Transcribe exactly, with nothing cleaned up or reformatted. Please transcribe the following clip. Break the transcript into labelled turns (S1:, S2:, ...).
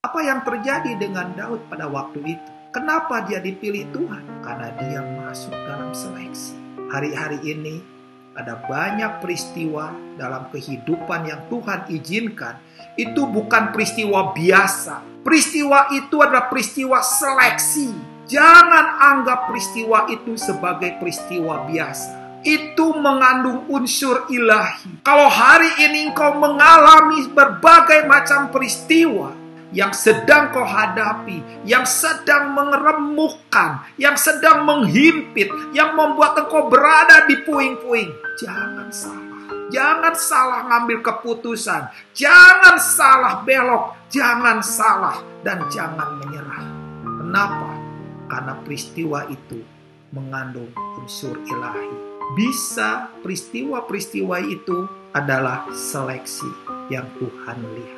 S1: Apa yang terjadi dengan Daud pada waktu itu? Kenapa dia dipilih Tuhan? Karena dia masuk dalam seleksi. Hari-hari ini ada banyak peristiwa dalam kehidupan yang Tuhan izinkan. Itu bukan peristiwa biasa. Peristiwa itu adalah peristiwa seleksi. Jangan anggap peristiwa itu sebagai peristiwa biasa. Itu mengandung unsur ilahi. Kalau hari ini engkau mengalami berbagai macam peristiwa yang sedang kau hadapi, yang sedang mengeremukkan, yang sedang menghimpit, yang membuat engkau berada di puing-puing, jangan salah. Jangan salah ngambil keputusan. Jangan salah belok. Jangan salah dan jangan menyerah. Kenapa? Karena peristiwa itu mengandung unsur ilahi. Bisa peristiwa-peristiwa itu adalah seleksi yang Tuhan lihat.